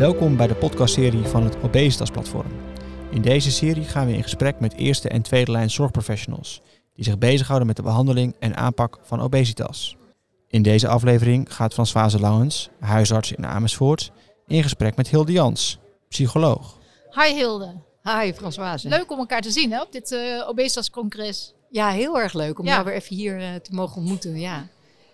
Welkom bij de podcastserie van het Obesitas Platform. In deze serie gaan we in gesprek met eerste en tweede lijn zorgprofessionals die zich bezighouden met de behandeling en aanpak van obesitas. In deze aflevering gaat Françoise Langens, huisarts in Amersfoort, in gesprek met Hilde Jans, psycholoog. Hi Hilde. Hi Françoise. Leuk om elkaar te zien hè, op dit obesitas-congres. Ja, heel erg leuk om jou weer even hier te mogen ontmoeten. Ja.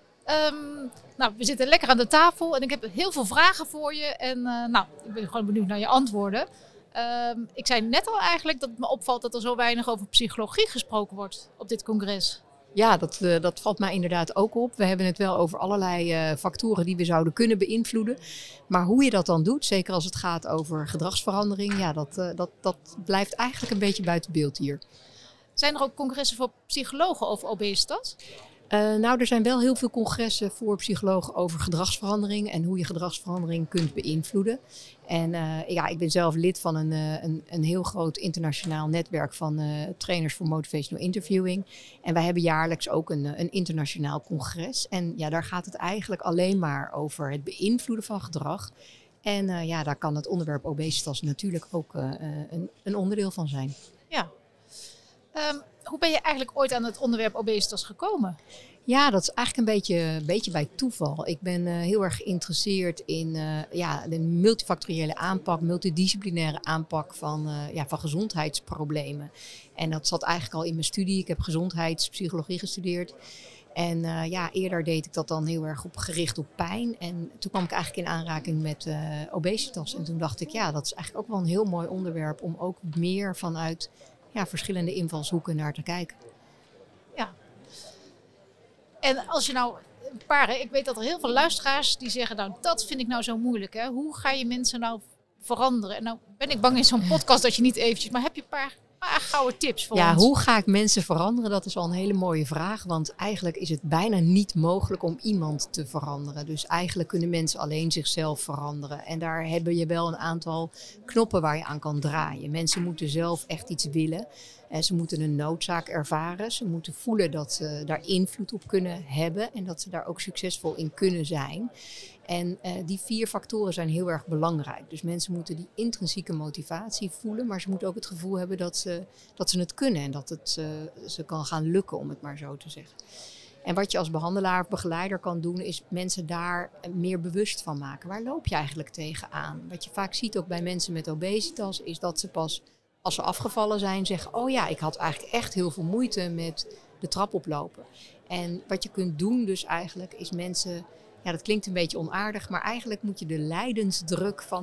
We zitten lekker aan de tafel en ik heb heel veel vragen voor je. En ik ben gewoon benieuwd naar je antwoorden. Ik zei net al eigenlijk dat het me opvalt dat er zo weinig over psychologie gesproken wordt op dit congres. Ja, dat valt mij inderdaad ook op. We hebben het wel over allerlei factoren die we zouden kunnen beïnvloeden. Maar hoe je dat dan doet, zeker als het gaat over gedragsverandering, ja, dat blijft eigenlijk een beetje buiten beeld hier. Zijn er ook congressen voor psychologen over obesitas? Er zijn wel heel veel congressen voor psychologen over gedragsverandering en hoe je gedragsverandering kunt beïnvloeden. En ik ben zelf lid van een heel groot internationaal netwerk van trainers voor motivational interviewing. En wij hebben jaarlijks ook een internationaal congres. En ja, daar gaat het eigenlijk alleen maar over het beïnvloeden van gedrag. En daar kan het onderwerp obesitas natuurlijk ook een onderdeel van zijn. Ja. Hoe ben je eigenlijk ooit aan het onderwerp obesitas gekomen? Ja, dat is eigenlijk een beetje bij toeval. Ik ben heel erg geïnteresseerd in de multifactoriële aanpak, multidisciplinaire aanpak van gezondheidsproblemen. En dat zat eigenlijk al in mijn studie. Ik heb gezondheidspsychologie gestudeerd. En eerder deed ik dat dan heel erg gericht op pijn. En toen kwam ik eigenlijk in aanraking met obesitas. En toen dacht ik, ja, dat is eigenlijk ook wel een heel mooi onderwerp om ook meer vanuit verschillende invalshoeken naar te kijken. Ja. En als je nou ik weet dat er heel veel luisteraars die zeggen, nou dat vind ik nou zo moeilijk. Hè? Hoe ga je mensen nou veranderen? En nou ben ik bang in zo'n podcast dat je niet eventjes, maar heb je een paar gouden tips voor ons? Ja, hoe ga ik mensen veranderen? Dat is al een hele mooie vraag. Want eigenlijk is het bijna niet mogelijk om iemand te veranderen. Dus eigenlijk kunnen mensen alleen zichzelf veranderen. En daar heb je wel een aantal knoppen waar je aan kan draaien. Mensen moeten zelf echt iets willen. En ze moeten een noodzaak ervaren. Ze moeten voelen dat ze daar invloed op kunnen hebben. En dat ze daar ook succesvol in kunnen zijn. En die 4 factoren zijn heel erg belangrijk. Dus mensen moeten die intrinsieke motivatie voelen. Maar ze moeten ook het gevoel hebben dat ze het kunnen. En dat het ze kan gaan lukken, om het maar zo te zeggen. En wat je als behandelaar of begeleider kan doen, is mensen daar meer bewust van maken. Waar loop je eigenlijk tegenaan? Wat je vaak ziet ook bij mensen met obesitas, is dat ze pas als ze afgevallen zijn zeggen, oh ja, ik had eigenlijk echt heel veel moeite met de trap oplopen. En wat je kunt doen dus eigenlijk is mensen, ja, dat klinkt een beetje onaardig, maar eigenlijk moet je de lijdensdruk van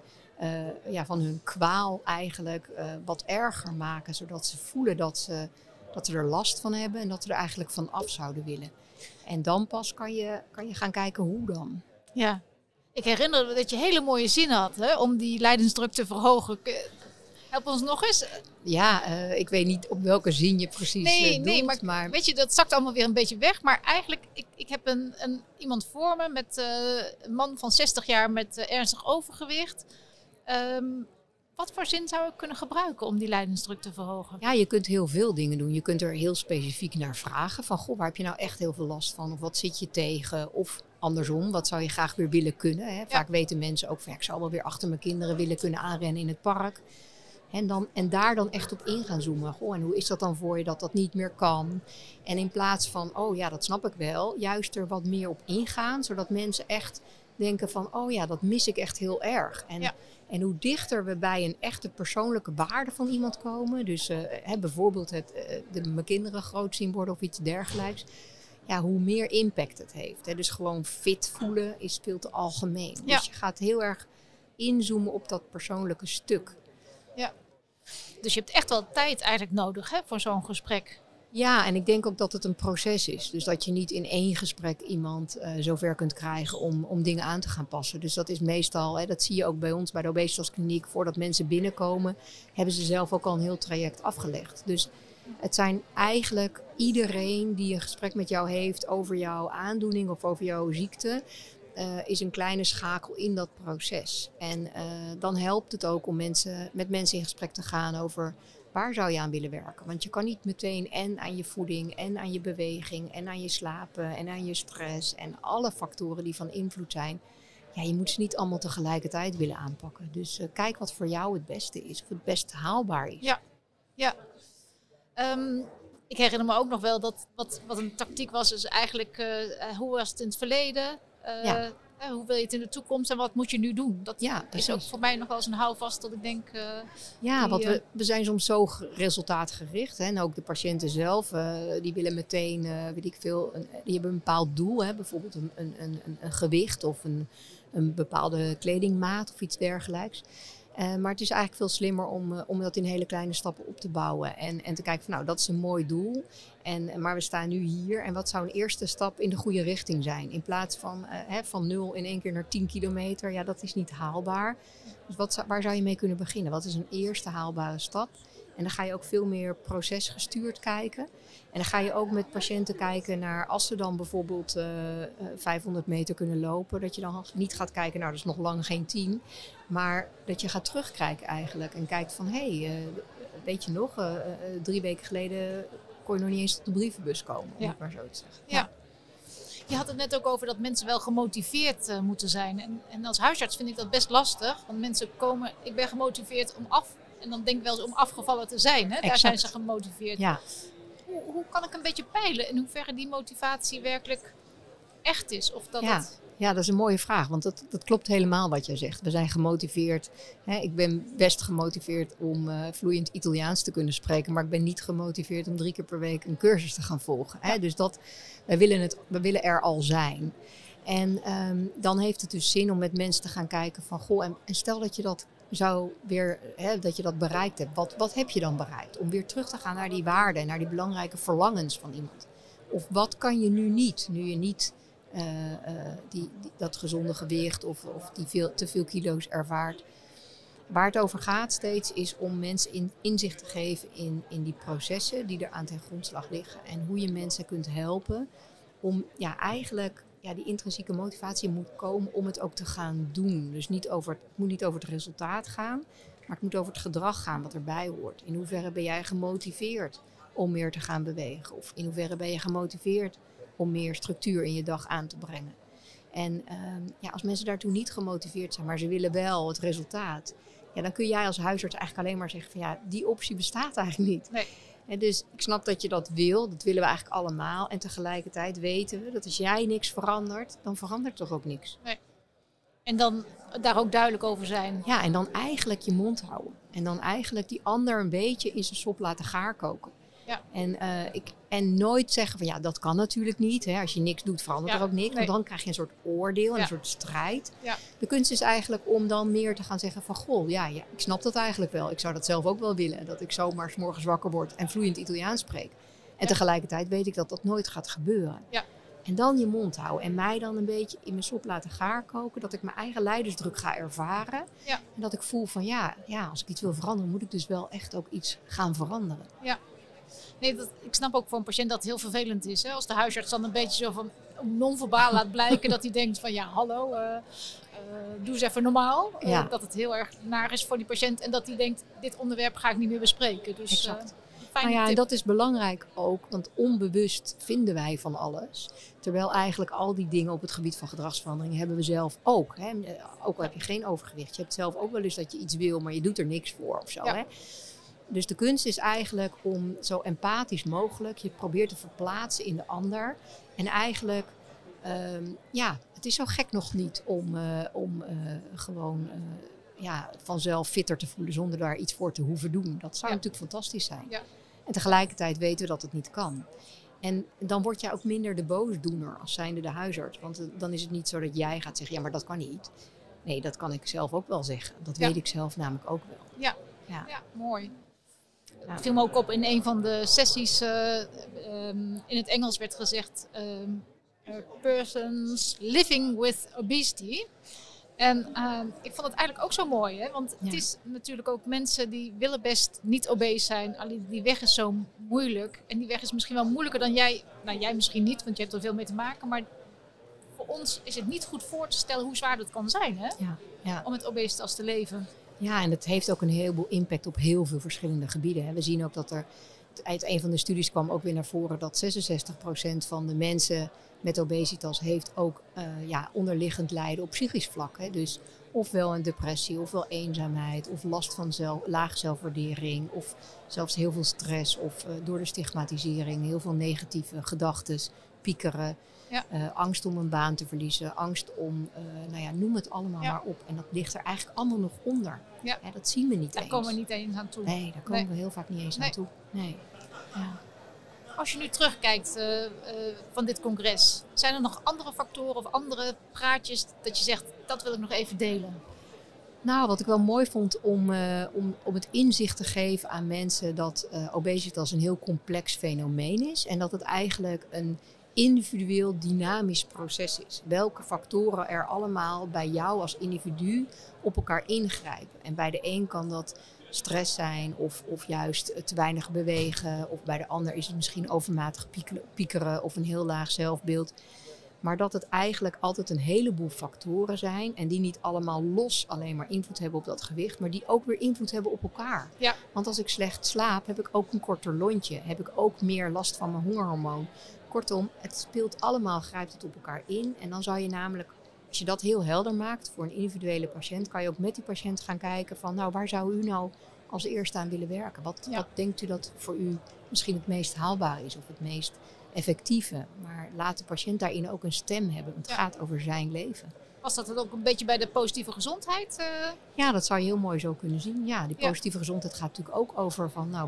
hun kwaal eigenlijk wat erger maken. Zodat ze voelen dat ze er last van hebben en dat ze er eigenlijk van af zouden willen. En dan pas kan je gaan kijken hoe dan. Ja, ik herinner me dat je hele mooie zin had, hè, om die lijdensdruk te verhogen. Help ons nog eens. Ja, ik weet niet op welke zin je precies doelt. Maar weet je, dat zakt allemaal weer een beetje weg. Maar eigenlijk, ik heb iemand voor me met een man van 60 jaar met ernstig overgewicht. Wat voor zin zou ik kunnen gebruiken om die lijdensdruk te verhogen? Ja, je kunt heel veel dingen doen. Je kunt er heel specifiek naar vragen. Van, goh, waar heb je nou echt heel veel last van? Of wat zit je tegen? Of andersom, wat zou je graag weer willen kunnen? Hè? Vaak weten mensen ook van, ik zou wel weer achter mijn kinderen willen kunnen aanrennen in het park. En daar dan echt op in gaan zoomen. Goh, en hoe is dat dan voor je dat dat niet meer kan? En in plaats van, oh ja, dat snap ik wel, juist er wat meer op ingaan. Zodat mensen echt denken van, oh ja, dat mis ik echt heel erg. En hoe dichter we bij een echte persoonlijke waarde van iemand komen. Dus bijvoorbeeld mijn kinderen groot zien worden of iets dergelijks. Ja, hoe meer impact het heeft. Hè. Dus gewoon fit voelen is veel te algemeen. Ja. Dus je gaat heel erg inzoomen op dat persoonlijke stuk. Ja, dus je hebt echt wel tijd eigenlijk nodig, hè, voor zo'n gesprek. Ja, en ik denk ook dat het een proces is. Dus dat je niet in 1 gesprek iemand zover kunt krijgen om dingen aan te gaan passen. Dus dat is meestal, dat zie je ook bij ons bij de obesitaskliniek. Voordat mensen binnenkomen, hebben ze zelf ook al een heel traject afgelegd. Dus het zijn eigenlijk iedereen die een gesprek met jou heeft over jouw aandoening of over jouw ziekte, is een kleine schakel in dat proces. En dan helpt het ook om met mensen in gesprek te gaan over waar zou je aan willen werken. Want je kan niet meteen en aan je voeding en aan je beweging en aan je slapen en aan je stress en alle factoren die van invloed zijn. je moet ze niet allemaal tegelijkertijd willen aanpakken. Dus kijk wat voor jou het beste is. Of het best haalbaar is. Ja. Ik herinner me ook nog wel dat wat een tactiek was. Dus eigenlijk, hoe was het in het verleden? Hoe wil je het in de toekomst en wat moet je nu doen? Dat is ook voor mij nog wel eens een houvast dat ik denk... we zijn soms zo resultaatgericht. Hè? En ook de patiënten zelf, die willen meteen, die hebben een bepaald doel. Hè? Bijvoorbeeld een gewicht of een bepaalde kledingmaat of iets dergelijks. Maar het is eigenlijk veel slimmer om dat in hele kleine stappen op te bouwen. En te kijken van dat is een mooi doel. Maar we staan nu hier. En wat zou een eerste stap in de goede richting zijn? In plaats van 0 in 1 keer naar 10 kilometer. Ja, dat is niet haalbaar. Dus waar zou je mee kunnen beginnen? Wat is een eerste haalbare stap? En dan ga je ook veel meer procesgestuurd kijken. En dan ga je ook met patiënten kijken naar als ze dan bijvoorbeeld 500 meter kunnen lopen. Dat je dan niet gaat kijken, dat is nog lang geen 10. Maar dat je gaat terugkijken eigenlijk. En kijkt van, weet je nog, 3 weken geleden kon je nog niet eens tot de brievenbus komen. Om het maar zo te zeggen. Ja. Je had het net ook over dat mensen wel gemotiveerd moeten zijn. En als huisarts vind ik dat best lastig. Want mensen komen, ik ben gemotiveerd om en dan denk ik wel eens om afgevallen te zijn. Hè? Daar zijn ze gemotiveerd. Ja. Hoe kan ik een beetje peilen in hoeverre die motivatie werkelijk echt is? Of dat Ja, dat is een mooie vraag, want dat klopt helemaal wat jij zegt. We zijn gemotiveerd. Ik ben best gemotiveerd om vloeiend Italiaans te kunnen spreken, maar ik ben niet gemotiveerd om 3 keer per week een cursus te gaan volgen. Ja. Dus we willen er al zijn. En dan heeft het dus zin om met mensen te gaan kijken van, en stel dat je dat dat je dat bereikt hebt. Wat heb je dan bereikt? Om weer terug te gaan naar die waarden en naar die belangrijke verlangens van iemand. Of wat kan je nu niet? Nu je niet dat gezonde gewicht of die te veel kilo's ervaart. Waar het over gaat steeds is om mensen inzicht te geven in die processen die er aan ten grondslag liggen. En hoe je mensen kunt helpen om eigenlijk... die intrinsieke motivatie moet komen om het ook te gaan doen. Dus het moet niet over het resultaat gaan, maar het moet over het gedrag gaan wat erbij hoort. In hoeverre ben jij gemotiveerd om meer te gaan bewegen? Of in hoeverre ben je gemotiveerd om meer structuur in je dag aan te brengen? En als mensen daartoe niet gemotiveerd zijn, maar ze willen wel het resultaat, dan kun jij als huisarts eigenlijk alleen maar zeggen van die optie bestaat eigenlijk niet. Nee. En dus ik snap dat je dat wil. Dat willen we eigenlijk allemaal. En tegelijkertijd weten we dat als jij niks verandert, dan verandert toch ook niks. Nee. En dan daar ook duidelijk over zijn. Ja, en dan eigenlijk je mond houden. En dan eigenlijk die ander een beetje in zijn sop laten gaarkoken. Ja. En nooit zeggen van dat kan natuurlijk niet. Hè. Als je niks doet, verandert er ook niks. Nee. Want dan krijg je een soort oordeel en een soort strijd. Ja. De kunst is eigenlijk om dan meer te gaan zeggen van ik snap dat eigenlijk wel. Ik zou dat zelf ook wel willen. Dat ik zomaar 's morgens wakker word en vloeiend Italiaans spreek. En tegelijkertijd weet ik dat dat nooit gaat gebeuren. Ja. En dan je mond houden. En mij dan een beetje in mijn sop laten gaarkoken. Dat ik mijn eigen leidersdruk ga ervaren. Ja. En dat ik voel van als ik iets wil veranderen, moet ik dus wel echt ook iets gaan veranderen. Ja. Nee, ik snap ook voor een patiënt dat het heel vervelend is. Hè? Als de huisarts dan een beetje zo van non-verbaal laat blijken dat hij denkt van hallo, doe eens even normaal. Dat het heel erg naar is voor die patiënt en dat hij denkt, dit onderwerp ga ik niet meer bespreken. Dus, exact. En dat is belangrijk ook, want onbewust vinden wij van alles. Terwijl eigenlijk al die dingen op het gebied van gedragsverandering hebben we zelf ook. Hè? Ook al heb je geen overgewicht. Je hebt zelf ook wel eens dat je iets wil, maar je doet er niks voor of zo. Ja. Hè? Dus de kunst is eigenlijk om zo empathisch mogelijk je probeert te verplaatsen in de ander. En eigenlijk, het is zo gek nog niet om gewoon vanzelf fitter te voelen zonder daar iets voor te hoeven doen. Dat zou natuurlijk fantastisch zijn. Ja. En tegelijkertijd weten we dat het niet kan. En dan word jij ook minder de boosdoener als zijnde de huisarts. Want dan is het niet zo dat jij gaat zeggen, maar dat kan niet. Nee, dat kan ik zelf ook wel zeggen. Dat weet ik zelf namelijk ook wel. Ja, mooi. Het viel me ook op in een van de sessies in het Engels werd gezegd persons living with obesity. En ik vond het eigenlijk ook zo mooi, hè? Want het is natuurlijk ook mensen die willen best niet obese zijn. Alleen die weg is zo moeilijk. En die weg is misschien wel moeilijker dan jij. Nou, jij misschien niet, want je hebt er veel mee te maken. Maar voor ons is het niet goed voor te stellen hoe zwaar dat kan zijn, hè? Om met obesitas te leven. Ja, en het heeft ook een heleboel impact op heel veel verschillende gebieden. Hè. We zien ook dat er uit een van de studies kwam ook weer naar voren dat 66% van de mensen met obesitas heeft ook onderliggend lijden op psychisch vlak. Hè. Dus ofwel een depressie, ofwel eenzaamheid, of last van laag zelfwaardering, of zelfs heel veel stress, of door de stigmatisering, heel veel negatieve gedachten, piekeren, angst om een baan te verliezen, angst om, noem het allemaal maar op. En dat ligt er eigenlijk allemaal nog onder. Ja. Ja, dat zien we niet eens. Daar komen we niet eens aan toe. Nee, daar komen we heel vaak niet eens aan toe. Nee. Ja. Als je nu terugkijkt van dit congres, zijn er nog andere factoren of andere praatjes dat je zegt, dat wil ik nog even delen? Nou, wat ik wel mooi vond om het inzicht te geven aan mensen dat obesitas een heel complex fenomeen is. En dat het eigenlijk een individueel dynamisch proces is. Welke factoren er allemaal bij jou als individu op elkaar ingrijpen. En bij de een kan dat stress zijn of juist te weinig bewegen. Of bij de ander is het misschien overmatig piekeren of een heel laag zelfbeeld. Maar dat het eigenlijk altijd een heleboel factoren zijn. En die niet allemaal los alleen maar invloed hebben op dat gewicht. Maar die ook weer invloed hebben op elkaar. Ja. Want als ik slecht slaap, heb ik ook een korter lontje. Heb ik ook meer last van mijn hongerhormoon. Kortom, het speelt allemaal, grijpt het op elkaar in. En dan zou je namelijk, als je dat heel helder maakt voor een individuele patiënt, kan je ook met die patiënt gaan kijken van, nou, waar zou u nou als eerste aan willen werken? Wat denkt u dat voor u misschien het meest haalbaar is of het meest effectieve? Maar laat de patiënt daarin ook een stem hebben. Het gaat over zijn leven. Was dat dan ook een beetje bij de positieve gezondheid? Ja, dat zou je heel mooi zo kunnen zien. Ja, die positieve gezondheid gaat natuurlijk ook over van, nou,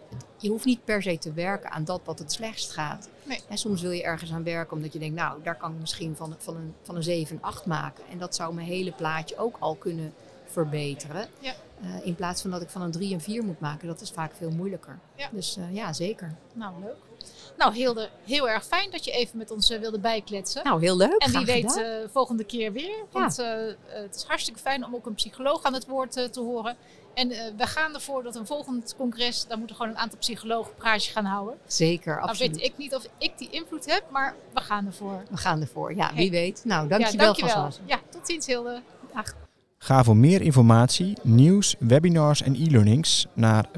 je hoeft niet per se te werken aan dat wat het slechtst gaat. Nee. En soms wil je ergens aan werken omdat je denkt, nou, daar kan ik misschien van een 7, 8 maken. En dat zou mijn hele plaatje ook al kunnen verbeteren. Ja. In plaats van dat ik van een 3 en 4 moet maken, dat is vaak veel moeilijker. Ja. Dus ja, zeker. Nou, leuk. Nou, Hilde, heel erg fijn dat je even met ons wilde bijkletsen. Nou, heel leuk. En wie weet volgende keer weer. Want het is hartstikke fijn om ook een psycholoog aan het woord te horen. En we gaan ervoor dat een volgend congres, daar moeten gewoon een aantal psychologen praatjes gaan houden. Zeker, absoluut. Nou weet ik niet of ik die invloed heb, maar we gaan ervoor. We gaan ervoor, ja, wie weet. Nou, dankjewel vast. Ja, tot ziens Hilde. Dag. Ga voor meer informatie, nieuws, webinars en e-learnings naar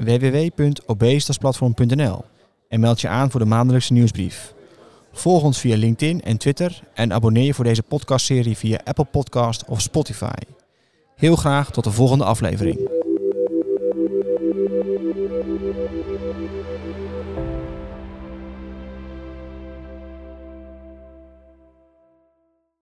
www.obesitasplatform.nl en meld je aan voor de maandelijkse nieuwsbrief. Volg ons via LinkedIn en Twitter en abonneer je voor deze podcastserie via Apple Podcast of Spotify. Heel graag tot de volgende aflevering.